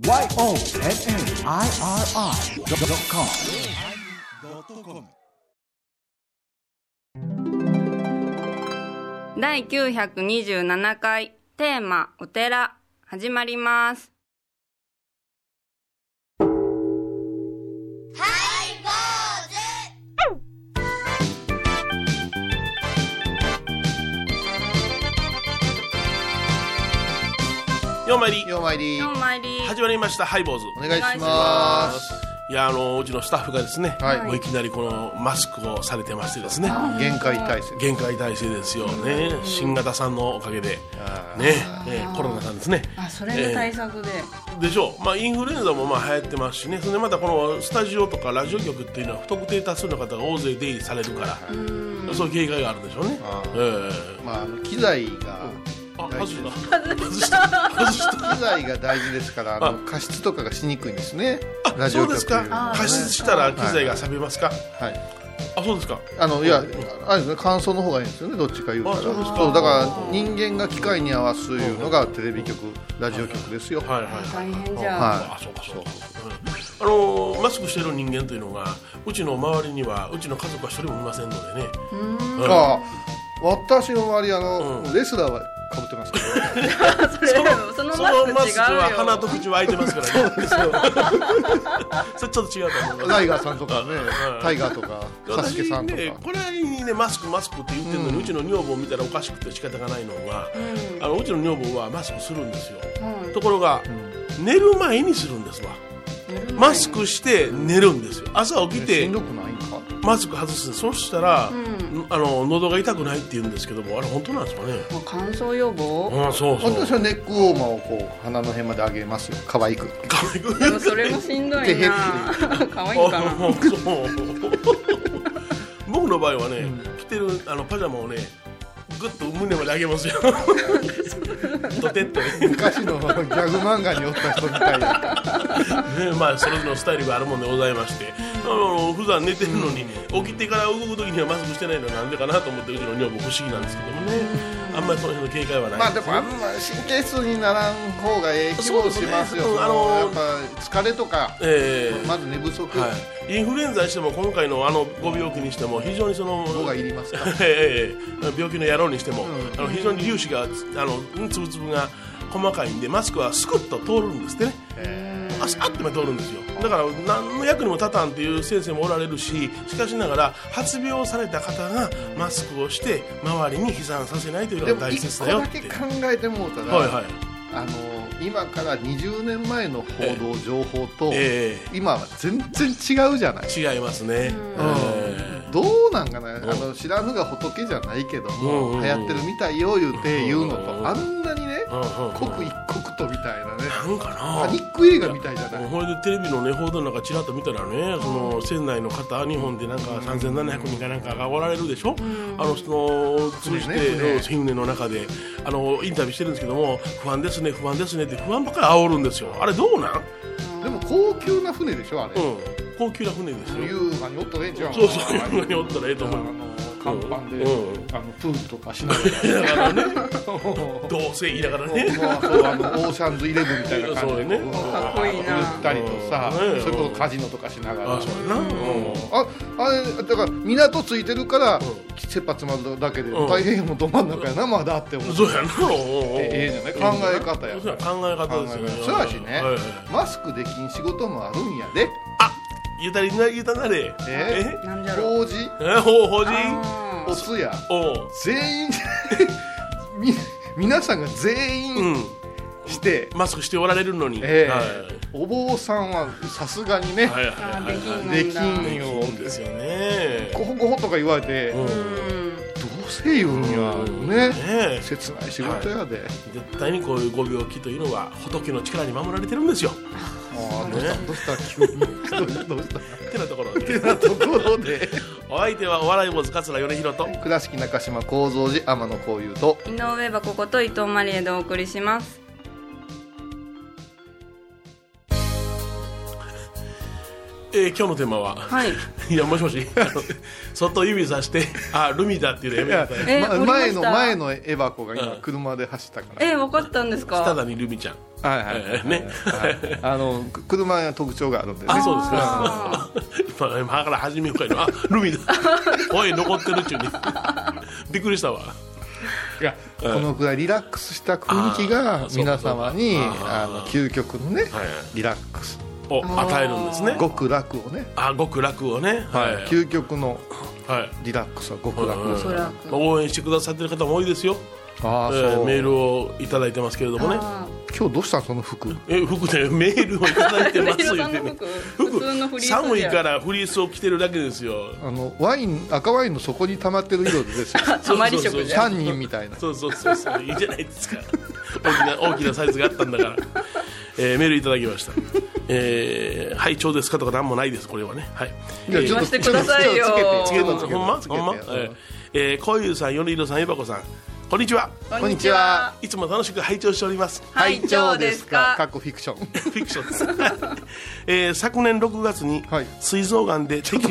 YONNIRI.com 第927回テーマお寺始まります。 ようまいり始まりましたハイボーズお願いします。 いやうちのスタッフがですね、 はい、 もういきなりこのマスクをされてましてですね、 限界体制ですよね。新型さんのおかげでね、コロナさんですね。 それの対策でしょう。インフルエンザも流行ってますしね。それでまたこのスタジオとかラジオ局っていうのは不特定多数の方が大勢出入りされるから、そういう警戒があるんでしょうね。 機材が外した機材が大事ですから加湿とかがしにくいんですね。ラジオ局。 そうですか。加湿したら機材が錆びますか。はい。そうですか。 いやあれですね、乾燥の方がいいんですよね。どっちか言うたら。そうだから人間が機械に合わすいうのがテレビ局、ラジオ局ですよ。 大変じゃ。 そうか。マスクしてる人間というのがうちの周りにはうちの家族は一人もいませんのでね。 私の周りレスラーはかぶってますけどそのマスクは鼻と口は開いてますからね。それちょっと違うと思います。 ライガーさんとかね、タイガーとかサスケさんとか、 これにねマスクって言ってるのに、うちの女房を見たらおかしくて仕方がないのが、うちの女房はマスクするんですよ。ところが寝る前にするんですわ。マスクして寝るんですよ。朝起きてしんどくないんか、 マスク外す。そうしたら、喉が痛くないって言うんですけども、あれ本当なんですかね。 乾燥予防。 そう私はネックウォーマーをこう鼻の辺まで上げますよ。可愛くでもそれもしんどいな。可愛いかな。 僕の場合はね、着てるパジャマをねグッと胸まで上げますよ。ドテッと昔のギャグ漫画におった人みたいなそれぞれのスタイルがあるもんでございまして、普段寝てるのに起きてから動く時にはマスクしてないのはなんでかなと思って、うちの女房不思議なんですけどもね。あんまりその辺の警戒はないです。 でもあんま神経質にならん方がええ気もしますよ。やっぱ疲れとか、まず寝不足、 インフルエンザにしても今回のご病気にしても非常に 5がいりますか病気の野郎にしても、非常に粒子が粒々が細かいんで、マスクはスクッと通るんですってね。あって通るんですよ。だから何の役にも立たんっていう先生もおられるし、しかしながら発病された方がマスクをして周りに飛散させないというのが大切だよって。 でも一個だけ考えてもうたら、今から20年前の報道情報と、今は全然違うじゃない。 違いますね。 どうなんかな、知らぬが仏じゃないけども、流行ってるみたいよ言うのと、あんなにね、刻一刻とみたいなね、 なんかな、 パニック映画みたいじゃない。 これでテレビのね報道なんかちらっと見たらね、その船内の方、日本でなんか3700人かなんかがおられるでしょ。人を通じて船の中でインタビューしてるんですけども、不安ですねって不安ばっかり煽るんですよ。あれどうなん？ でも高級な船でしょあれ。 高級な船ですよ。 優雅におったらええんちゃう。 そう優雅におったらええと思う。 甲板でプールとかしながらね、 どうせ言いながらね、 オーシャンズイレブンみたいな感じでかっこいいな、 売ったりとさ、それこそカジノとかしながら。あれだから港ついてるから切羽詰まるだけで太平洋のど真ん中やなまだって思う。 そうやな。 ええじゃない、考え方や。 考え方ですよね。 そうやしね、マスクできん仕事もあるんやで。 言うたなれ。 なんじゃろう。 法事お通夜全員皆さんが全員してマスクしておられるのに、 お坊さんはさすがにねできんよですよね。 ごほごほとか言われて、どうせ言うんやね、切ない仕事やで。 絶対にこういうご病気というのは仏の力に守られてるんですよ。 どうした急にどうしたてなところでお相手はお笑い坊主桂米宏と倉敷中島幸三寺天野幸雄と井上箱こと伊藤マリエでお送りします。 今日のテーマは、いやもしもし外指さしてルミだっていうのやめてください。 前のエバコが今車で走ったから。 分かったんですか。 北谷ルミちゃん。 はいはいね、 車に特徴があるんでね。 そうですか。今から始めようかいな。ルミだ。おい、残ってるっちゅうに。びっくりしたわ。 いや、このくらいリラックスした雰囲気が皆様に究極のね、リラックスを与えるんですね。 極楽をね。 極楽をね。 究極のリラックスは極楽です。 応援してくださってる方も多いですよ。メールをいただいてますけれどもね。 今日どうしたその服？ 服でメールをいただいてますよね。 服寒いからフリースを着てるだけですよ。 赤ワインの底に溜まってる色ですよ。3人みたいな。 そういいじゃないですか。大きなサイズがあったんだから。メールいただきました。拝聴ですかとか何もないです。これはね。はい。 言わせてくださいよ。 つけてほんま。小遊さん、米色さん、エバコさん。こんにちは。 こんにちは。 いつも楽しく拝聴しております。 拝聴ですか。 フィクションです。昨年6月に膵臓がんでちょっと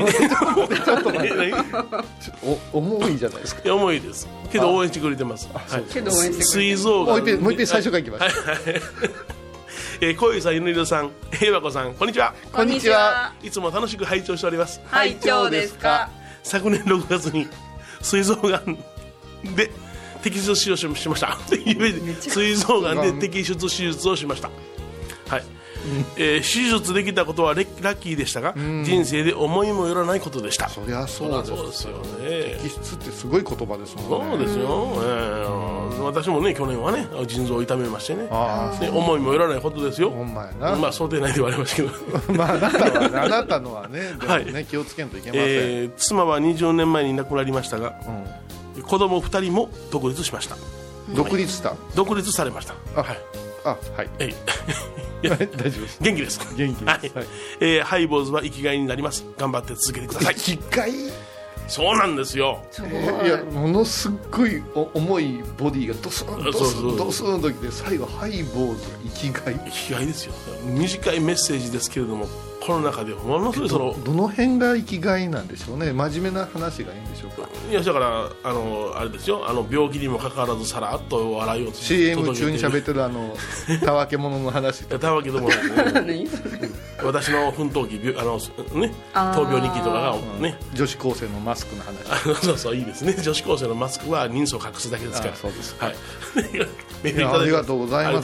重いじゃないですか。 重いですけど応援してくれてます。膵臓がんもう一回最初からいきます。 小遊さん、米色さん、エバコさん、こんにちは。 こんにちは。 いつも楽しく拝聴しております。 拝聴ですか。 昨年6月に膵臓がんで摘出手術をしました。膵臓がんで摘出手術をしました。はい。手術できたことはラッキーでしたが、人生で思いもよらないことでした。 そりゃそうですよね。摘出ってすごい言葉ですもんね。 そうですよ。私もね、去年はね、腎臓を痛めましてね、思いもよらないことですよ。 ほんまやな。 想定内ではありますけど。 あなたのはね、でもね、気をつけんといけません。 妻は20年前に亡くなりましたが、子供2人も独立しました。 独立されました。はい。大丈夫です。 元気です。ハイボーズは生きがいになります。頑張って続けてください。 生きがい？ そうなんですよ。 いや、ものすごい重いボディがドスンときて、最後ハイボーズが生きがいですよ。短いメッセージですけれども、この中でものすごいどの辺が生きがいなんでしょうね。真面目な話がいいんでしょうか。 いや、だからあれですよ、病気にもかかわらずさらっと笑いを CM 中に喋ってるたわけ者の話。 たわけども私の奮闘記、闘病日記とかがね、 女子高生のマスクの話。そういいですね。女子高生のマスクは人相を隠すだけですから。 そうです。 はい。 ありがとうございます。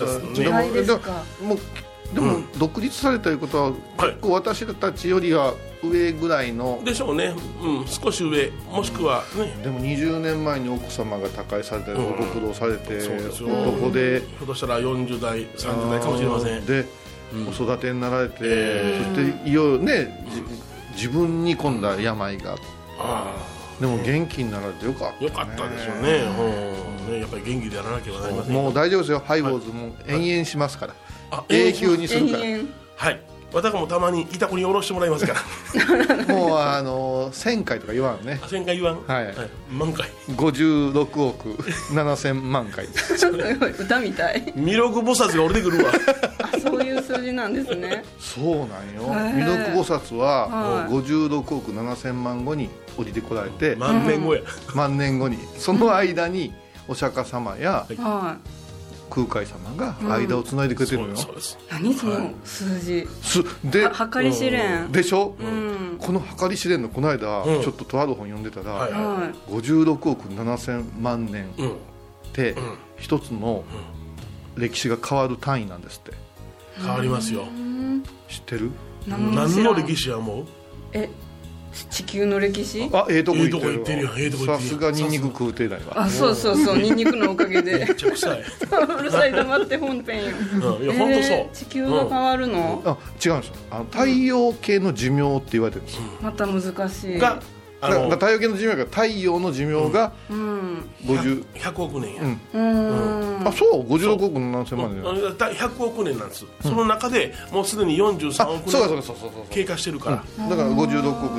でも独立されたということは、結構私たちよりは上ぐらいのでしょうね。少し上、もしくはね。 でも20年前に奥様が他界されて、ご苦労されて、男でひょっとしたら40代30代かもしれません。 でお育てになられて、そしていよいよね、自分に今度は病が、でも元気になられてよかった。 よかったですよね。やっぱり元気でやらなきゃなりません。 もう大丈夫ですよ。ハイボーズも延々しますから。永久にするから。 はい。私もたまにいたこに下ろしてもらいますから。 もう1000回とか言わんね。 1000回言わん。万回。 56億7000万回。 歌みたい。 弥勒菩薩が降りてくるわ。 そういう数字なんですね。 そうなんよ。弥勒菩薩は56億7000万後に降りてこられて、 万年後や。 万年後に、その間にお釈迦様や空海様が間をつないでくれてるのよ。 何その数字で、 計り知れんでしょ。この計り知れんのこの間ちょっととある本読んでたら、56億7000万年って一つの歴史が変わる単位なんですって。 変わりますよ。 知ってる？ 何の歴史はもう？ 地球の歴史？ とこ行ってるよ。さすがニンニク食うてないわ。 そうニンニクのおかげで。 めっちゃ臭い。 うるさい、黙って本編よ。 いや本当そう。 地球が変わるの？ 違うんですよ。太陽系の寿命って言われてるんですよ。 また難しい。 太陽系の寿命が太陽の寿命が 100億年や。 そう、56億7000万年。 100億年なんです。その中でもうすでに43億年経過してるから。 だから56億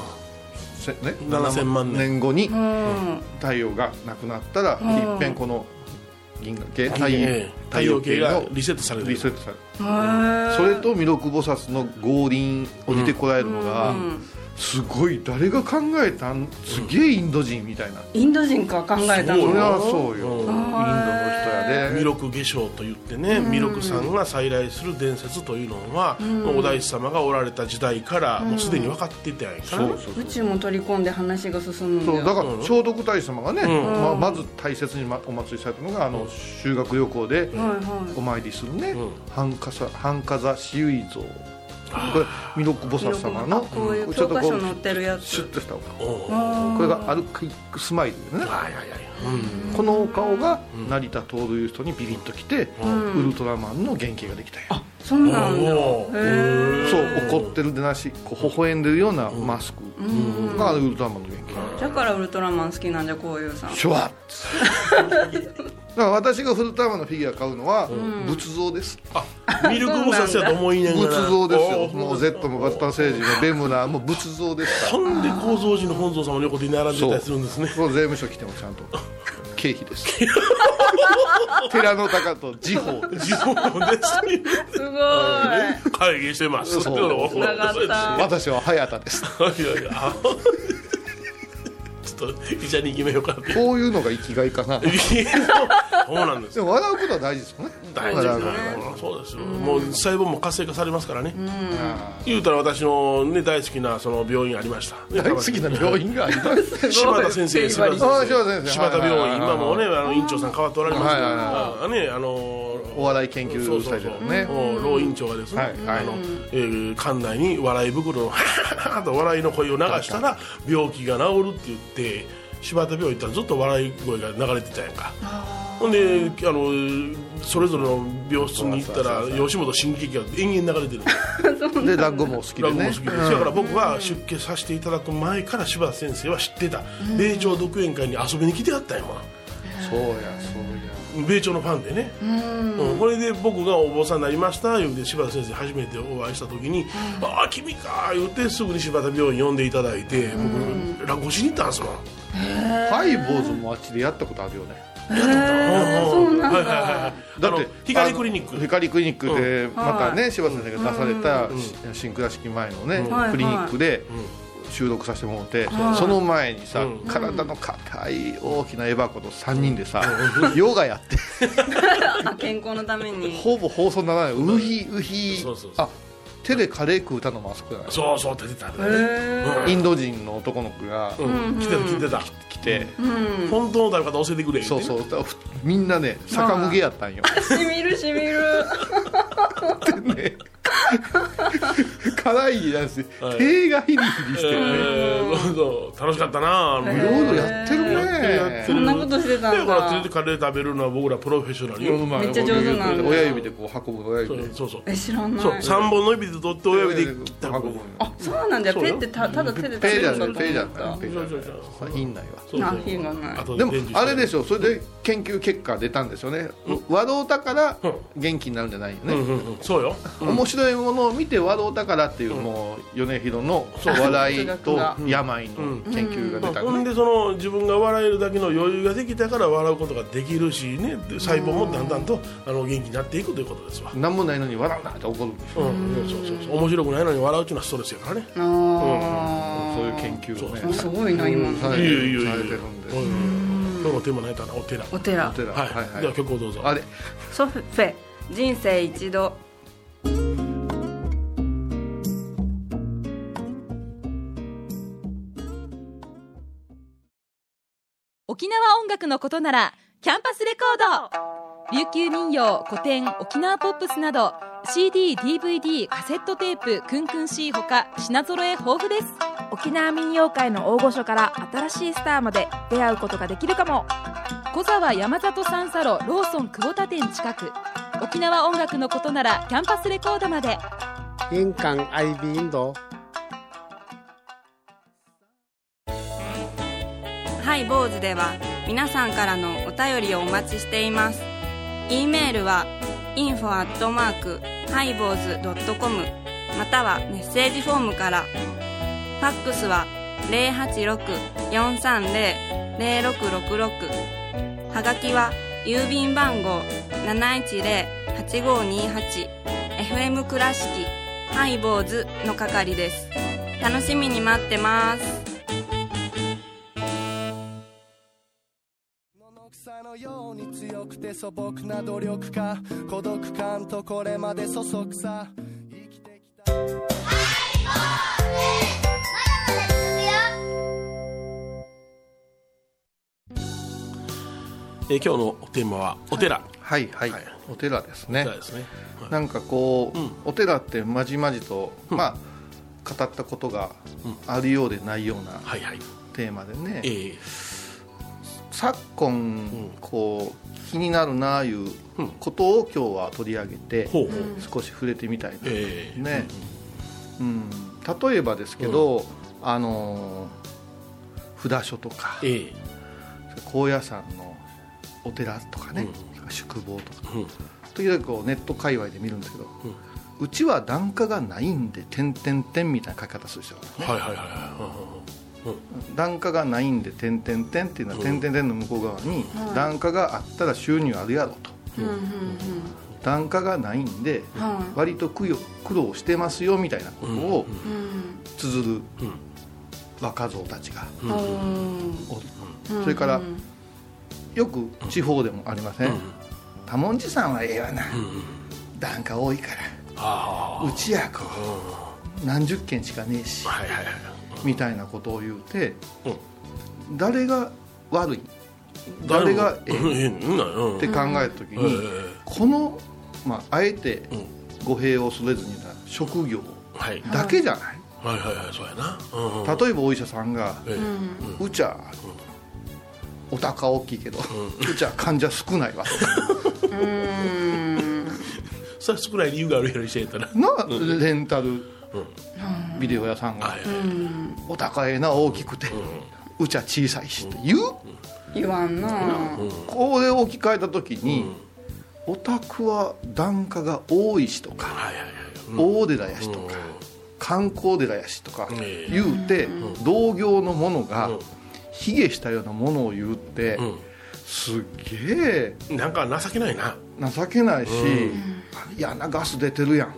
7000万年後に太陽がなくなったら、いっぺんこの銀河系太陽系がリセットされる。 それと弥勒菩薩の合輪降りてこられるのがすごい、誰が考えたん？すげえインド人みたいな。 インド人か考えたの？ それはそうよ。インドの人やで弥勒下生といってね、弥勒さんが再来する伝説というのは、お大師様がおられた時代からもうすでに分かっていたんやからね。 宇宙も取り込んで話が進むんだよ。 そうだから聖徳太子様がね、まず大切にお祭りされたのが修学旅行でお参りするね、半笠四唯像、これ弥勒菩薩様のこういう教科書載ってるやつ、 シュッとしたお顔、これがアルカイックスマイルでね、このお顔が成田徹いう人にビビッときて、ウルトラマンの原型ができたよ。 あ、そうなんだ。 そう怒ってるでなし、こう微笑んでるようなマスクがウルトラマンの原型。 だからウルトラマン好きなんじゃ、こういうさん。 シュワッだから私がウルトラマンのフィギュア買うのは仏像です。 弥勒菩薩やと思いながら仏像ですよ。もう Z もバッタ星人のベムラーも仏像ですから。 そんで高蔵寺の本尊様の横で並んでたりするんですね。 そう税務署来てもちゃんと経費です寺の高と時報です。 自分ですすごい会議してますそうつながった私は早田です。 いやいやちょっと医者に決めようかなって。 こういうのが生きがいかな。 そうなんですよ。 でも笑うことは大事ですよね。 大事ですね。そうですよ。もう細胞も活性化されますからね。言うたら私のね大好きなその病院ありました。 大好きな病院があります。 柴田先生、柴田病院、今もね院長さん変わっておられますけど、ねお笑い研究スタジオね。 老院長がですね、館内に笑い袋のハハハと笑いの声を流したら病気が治るって言って。柴田病院行ったらずっと笑い声が流れてたやんか。ほんでそれぞれの病室に行ったら吉本新喜劇が延々流れてる。 で落語も好きでね。 落語も好きで、だから僕は出家させていただく前から柴田先生は知ってた。米朝独演会に遊びに来てやったんやもん。 そうや米朝のファンでね。これで僕がお坊さんになりました言うて柴田先生初めてお会いした時に「ああ君か」言うてすぐに柴田病院呼んでいただいて、僕落語しに行ったんですもん。 ハイボーズもあっちでやったことあるよね。 そうなんだ。 だって光クリニックでまたね柴田先生が出された新倉敷前のねクリニックで収録させてもらって、その前にさ体の硬い大きなエバコと3人でさヨガやって健康のためにほぼ放送にならない。ウヒウヒ、あ手でカレー食うたのもあそこじゃない。 そうそう、手で食べた。 インド人の男の子が来て、 本当の食べ方教えてくれ。 そうそうみんなね逆向けやったんよ。 しみるしみるでね辛いやつ手がヒリヒリしてるね。 楽しかったな。 いろいろやってるね。 そんなことしてたんだ。 だから連れてカレー食べるのは僕らプロフェッショナルよ。 めっちゃ上手なんだ。 親指でこう運ぶ。親指で。 そうそう。 知らない。 そう、3本の指で取って親指で切った運ぶ。 あ、そうなんだ。ペってただ手で食べるんだと思った。 ペじゃない。品ないわ。 品がない。 でもあれでしょ。それで研究結果出たんですよね。和道だから元気になるんじゃないよね。 そうよ。 面白いものを見て和道だからっていうもう米広の笑いと病の研究が出た。 ほんで自分が笑えるだけの余裕ができたから笑うことができるしね、細胞もだんだんと元気になっていくということですわ。 何もないのに笑うなって怒るんでしょ。 そう面白くないのに笑うっていうのはストレスやからね。 そういう研究をねすごいな今されてるんで。 今日のテーマ何やったかな。お寺。はい。では曲をどうぞ。 ソフェ人生一度。 沖縄音楽のことならキャンパスレコード。琉球民謡、古典、沖縄ポップスなど CD、DVD、カセットテープ、クンクン C ほか品揃え豊富です。 沖縄民謡界の大御所から新しいスターまで出会うことができるかも。 小沢山里三佐路ローソン久保田店近く。沖縄音楽のことならキャンパスレコードまで。 印鑑 IB インド。 ハイボーズでは皆さんからのお便りをお待ちしています。 E メールは info@highboz.com またはメッセージフォームから。ファックスは 086-430-0666。 はがきは郵便番号 710-8528 FM 倉敷ハイボーズの係です。楽しみに待ってます。 ように強くて素朴な努力家孤独感とこれまでそそくさ生きてきた今日のテーマはお寺。 はいはい、お寺ですね。 お寺ですね。 なんかこう、お寺ってまじまじと、まあ語ったことがあるようでないようなテーマでね、昨今こう気になるなあいうことを今日は取り上げて少し触れてみたいですね。例えばですけど、札所とか、高野山のお寺とかね、宿坊とか、時々こうネット界隈で見るんですけど、うちは檀家がないんで点々点みたいな書き方する人がね、檀家がないんで点々点っていうのは点々点の向こう側に檀家があったら収入あるやろと、檀家がないんで割と苦労してますよみたいなことを綴る若造たちがおる。それからよく地方でもありません、多文字さんはええわな、檀家多いからうちやこう何十件しかねえし、みたいなことを言うて、誰が悪い誰がええって考えた時に、この、あえて語弊を恐れずに言うたら職業だけじゃない。例えばお医者さんが、うちはお高大きいけど、うちは患者少ないわとかそれ少ない理由があるやろしてたらレンタルビデオ屋さんが、お高えな大きくて、うちは小さいしって言わんな。 これを置き換えた時に、お宅は檀家が多いしとか、大寺やしとか、観光寺やしとか言うて、同業のものが卑下したようなものを言って、すっげえなんか情けないな。 情けないし、嫌なガス出てるやん。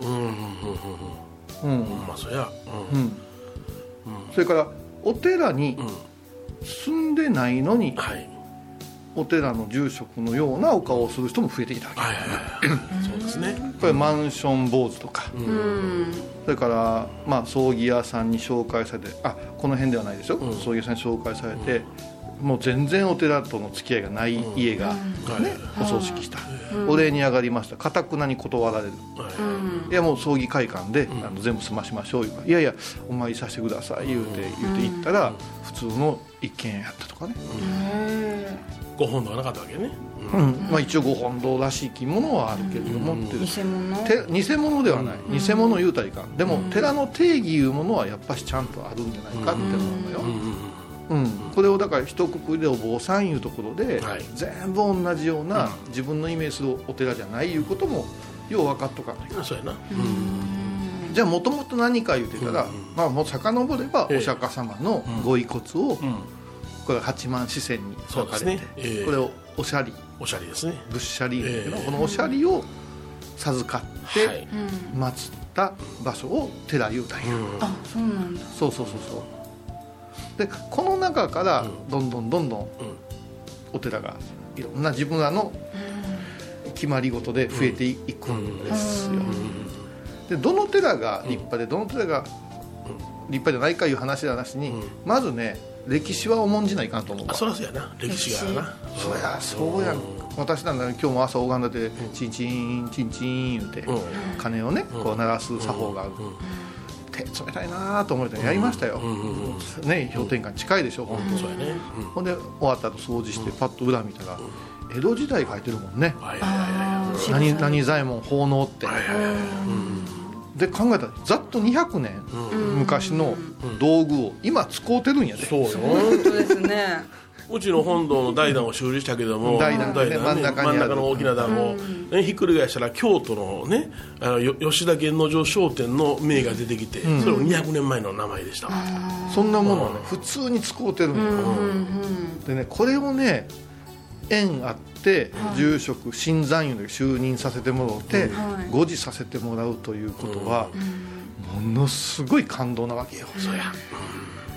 そうや。 それからお寺に住んでないのに、お寺の住職のようなお顔をする人も増えてきたわけ。 そうですね。 これマンション坊主とか、それから葬儀屋さんに紹介されて、この辺ではないですよ、葬儀屋さんに紹介されて、もう全然お寺との付き合いがない家が、お葬式した、お礼に上がりました、かたくなに断られる、いやもう葬儀会館で全部済ましましょう、いやいやお参りさせてください言うて行ったら、普通の一軒家やったとかね。 ご本堂はなかったわけね。 一応ご本堂らしい着物はあるけれども、 偽物ではない、偽物言うたらいかん。でも寺の定義いうものはやっぱしちゃんとあるんじゃないかって思うのよ。これをだから一括りでお坊さんいうところで、全部同じような自分のイメージするお寺じゃないいうこともよう分かっとかないか。 そうやな。 じゃあもともと何か言うてたら、もう遡ればお釈迦様のご遺骨を、これ八幡四川に書かれて、これをおしゃりですね、 仏舎利だけど、このおしゃりを授かって祀った場所を寺言うたんや。 そうなんだ。 そうで、この中からどんどんお寺がいろんな自分らの決まり事で増えていくんですよ。で、どの寺が立派でどの寺が立派じゃないかいう話ではなしに、まずね、歴史は重んじないかなと思う。 そりゃそうやな、歴史がな。 そうやん。私なんだ今日も朝拝んでてチンチンチンチン言うて、鐘をねこう鳴らす作法がある。手冷たいなと思ってやりましたよ。ね、氷点下に近いでしょ。ほんで終わった後掃除してパッと裏見たら、江戸時代書いてるもんね。何左衛門奉納って。で考えたらざっと200年昔の道具を今使うてるんやで。 そうよ、 本当ですね。 うちの本堂の大壇を修理したけども、 大壇ね、真ん中の大きな壇を、ひっくり返したら京都のね、吉田源之丞商店の名が出てきて、それも200年前の名前でしたわ。 そんなものをね普通に使うてるんや。でね、これをね縁あって住職新山院で就任させてもらって護持させてもらうということはものすごい感動なわけよ。 そうや。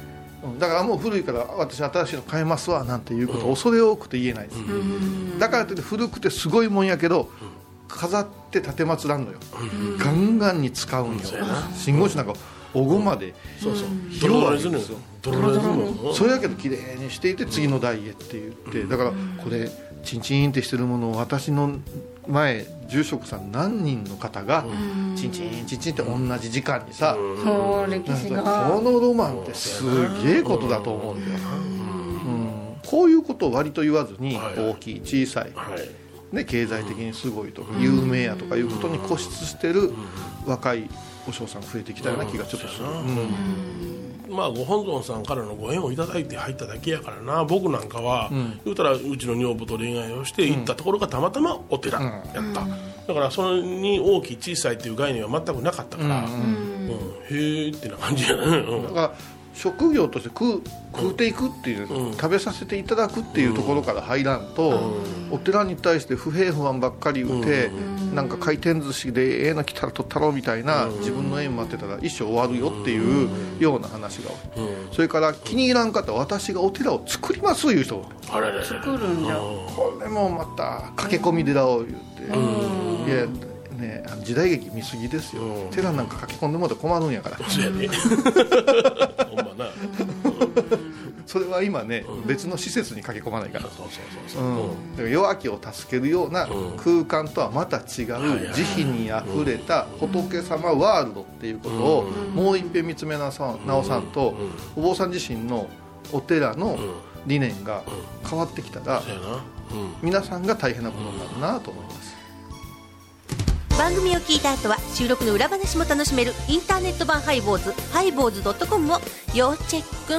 だからもう古いから私新しいの買えますわなんていうことを恐れ多くて言えないです、だからといって古くてすごいもんやけど飾って立てまつらんのよ、ガンガンに使うんよ、信号機なんかおごまでドロドロするんですよ。 それだけど綺麗にしていて次の代へって言って、だからこれチンチンってしてるものを私の前住職さん何人の方がチンチンチンチンって同じ時間にさ、 歴史がこのロマンってすげえことだと思うんだよな、こういうことを割と言わずに大きい小さい、経済的にすごいとか有名やとかいうことに固執してる若いお嬢さんが増えてきたような気がちょっとする、 まあ、ご本尊さんからのご縁をいただいて入っただけやからな。僕なんかは、言うたらうちの女房と恋愛をして行ったところがたまたまお寺やった、だからそれに大きい小さいっていう概念は全くなかったから、へーってな感じやね、 だから職業として食うていくっていう、食べさせていただくっていうところから入らんと、お寺に対して不平不安ばっかり言うて、なんか回転寿司での来たら取ったろうみたいな、自分の縁待ってたら一生終わるよっていうような話が、それから気に入らんかったら私がお寺を作りますいう人作るんじゃ、 これもまた駆け込み寺を言って、いやね、時代劇見すぎですよ、寺なんか書き込んでもらったら困るんやからそうやねほんまなそれは今ね、別の施設に駆け込まないから、だから弱きを助けるような空間とはまた違う慈悲にあふれた仏様ワールドっていうことをもう一遍見つめ直さんと、お坊さん自身のお寺の理念が変わってきたら、皆さんが大変なことになるなと思います。 番組を聞いた後は収録の裏話も楽しめるインターネット版ハイボーズ、ハイボーズ.com を要チェック。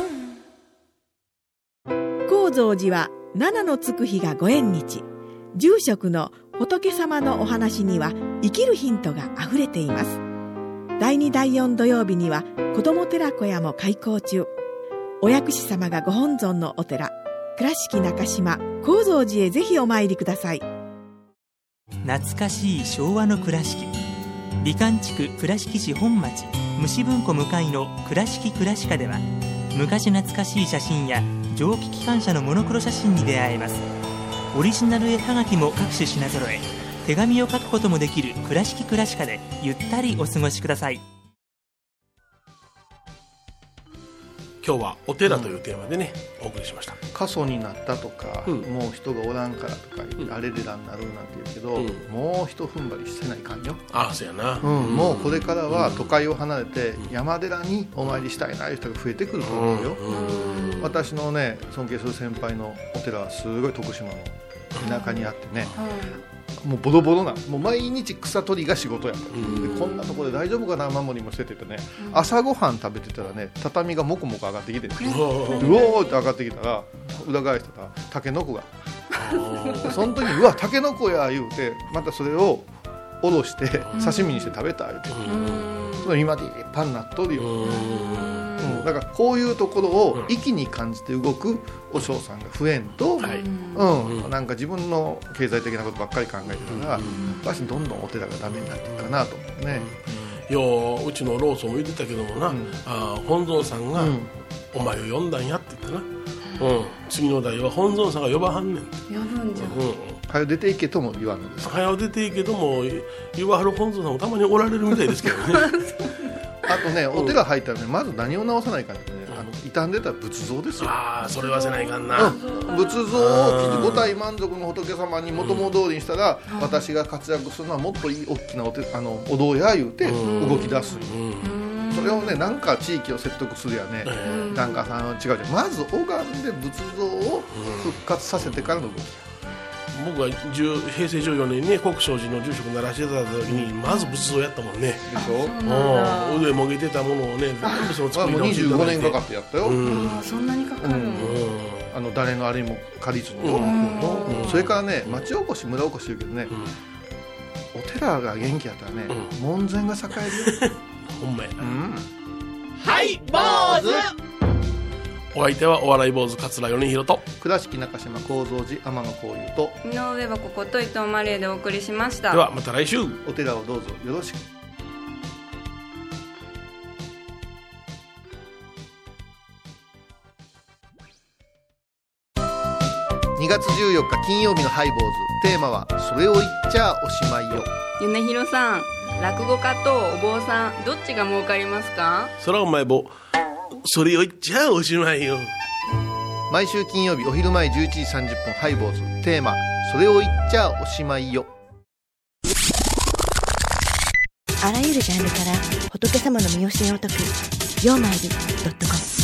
高蔵寺は七のつく日がご縁日。住職の仏様のお話には生きるヒントがあふれています。第2第4土曜日には子ども寺小屋も開校中。お薬師様がご本尊のお寺、倉敷中島・高蔵寺へぜひお参りください。 懐かしい昭和の倉敷、美観地区倉敷市本町虫文庫向かいの倉敷倉歯科では、昔懐かしい写真や蒸気機関車のモノクロ写真に出会えます。オリジナル絵はがきも各種品揃え、手紙を書くこともできる倉敷倉歯科でゆったりお過ごしください。 今日はお寺というテーマでね、お送りしました。 過疎になったとか、もう人がおらんからとか、あれでらになるなんて言うけど、もう一踏ん張りしてないかんよ。 ああ、そうやな、 もうこれからは都会を離れて山寺にお参りしたいないう人が増えてくると思うよ。私のね、尊敬する先輩のお寺はすごい徳島の田舎にあってね、もうボロボロな、もう毎日草取りが仕事やった、でこんなところで大丈夫かな、守りもしててね、朝ごはん食べてたらね、畳がもこもこ上がってきて、うおーって上がってきたら、裏返したらタケノコがその時にうわタケノコや言うて、またそれをおろして刺身にして食べた言うて、それ今で立派になっとるよ。だからこういうところを息に感じて動くお嬢さんが増えんと、なんか自分の経済的なことばっかり考えてたら、私どんどんお寺がダメになっていくかなと思うね。 うちのローソンも言ってたけどもな、本尊さんがお前を呼んだんやって言ったな、次の代は本尊さんが呼ばはんねん。呼ぶんじゃん。 はよ出ていけとも言わんのですか。 はよ出ていけとも言わはる本尊さんもたまにおられるみたいですけどねあとね、お寺入ったらね、まず何を直さないかってね、傷んでた仏像ですよ。 ああ、それはせないかんな、 仏像を五体満足の仏様に元々通りにしたら、私が活躍するのはもっといい大きなお堂や言うて動き出す、それをね、なんか地域を説得するやね、なんか違う違う、まず拝んで仏像を復活させてからの動き。 僕は平成14年にね、国生寺の住職にならせていただいた時に、まず仏像やったもんね。でしょ。腕もげてたものをね、全部その作り直していただいて。 25年かかってやったよ。 そんなにかかるの？誰のあれも借りずによ。それからね、町おこし村おこし言うけどね、お寺が元気やったらね、門前が栄えるよ。 ほんまやな。 はい、坊主。 お相手はお笑い坊主桂米宏と倉敷中島・高蔵寺天野幸雄と井上はここと伊藤マリエでお送りしました。 ではまた来週、 お寺をどうぞよろしく。 2月14日金曜日のハイボーズ、テーマはそれを言っちゃおしまいよ。 米広さん、落語家とお坊さんどっちが儲かりますか？ そらお前坊、それを言っちゃおしまいよ。 毎週金曜日お昼前11時30分ハイボーズ、テーマそれを言っちゃおしまいよ。 あらゆるジャンルから仏様の身教えを解く曜マイル.com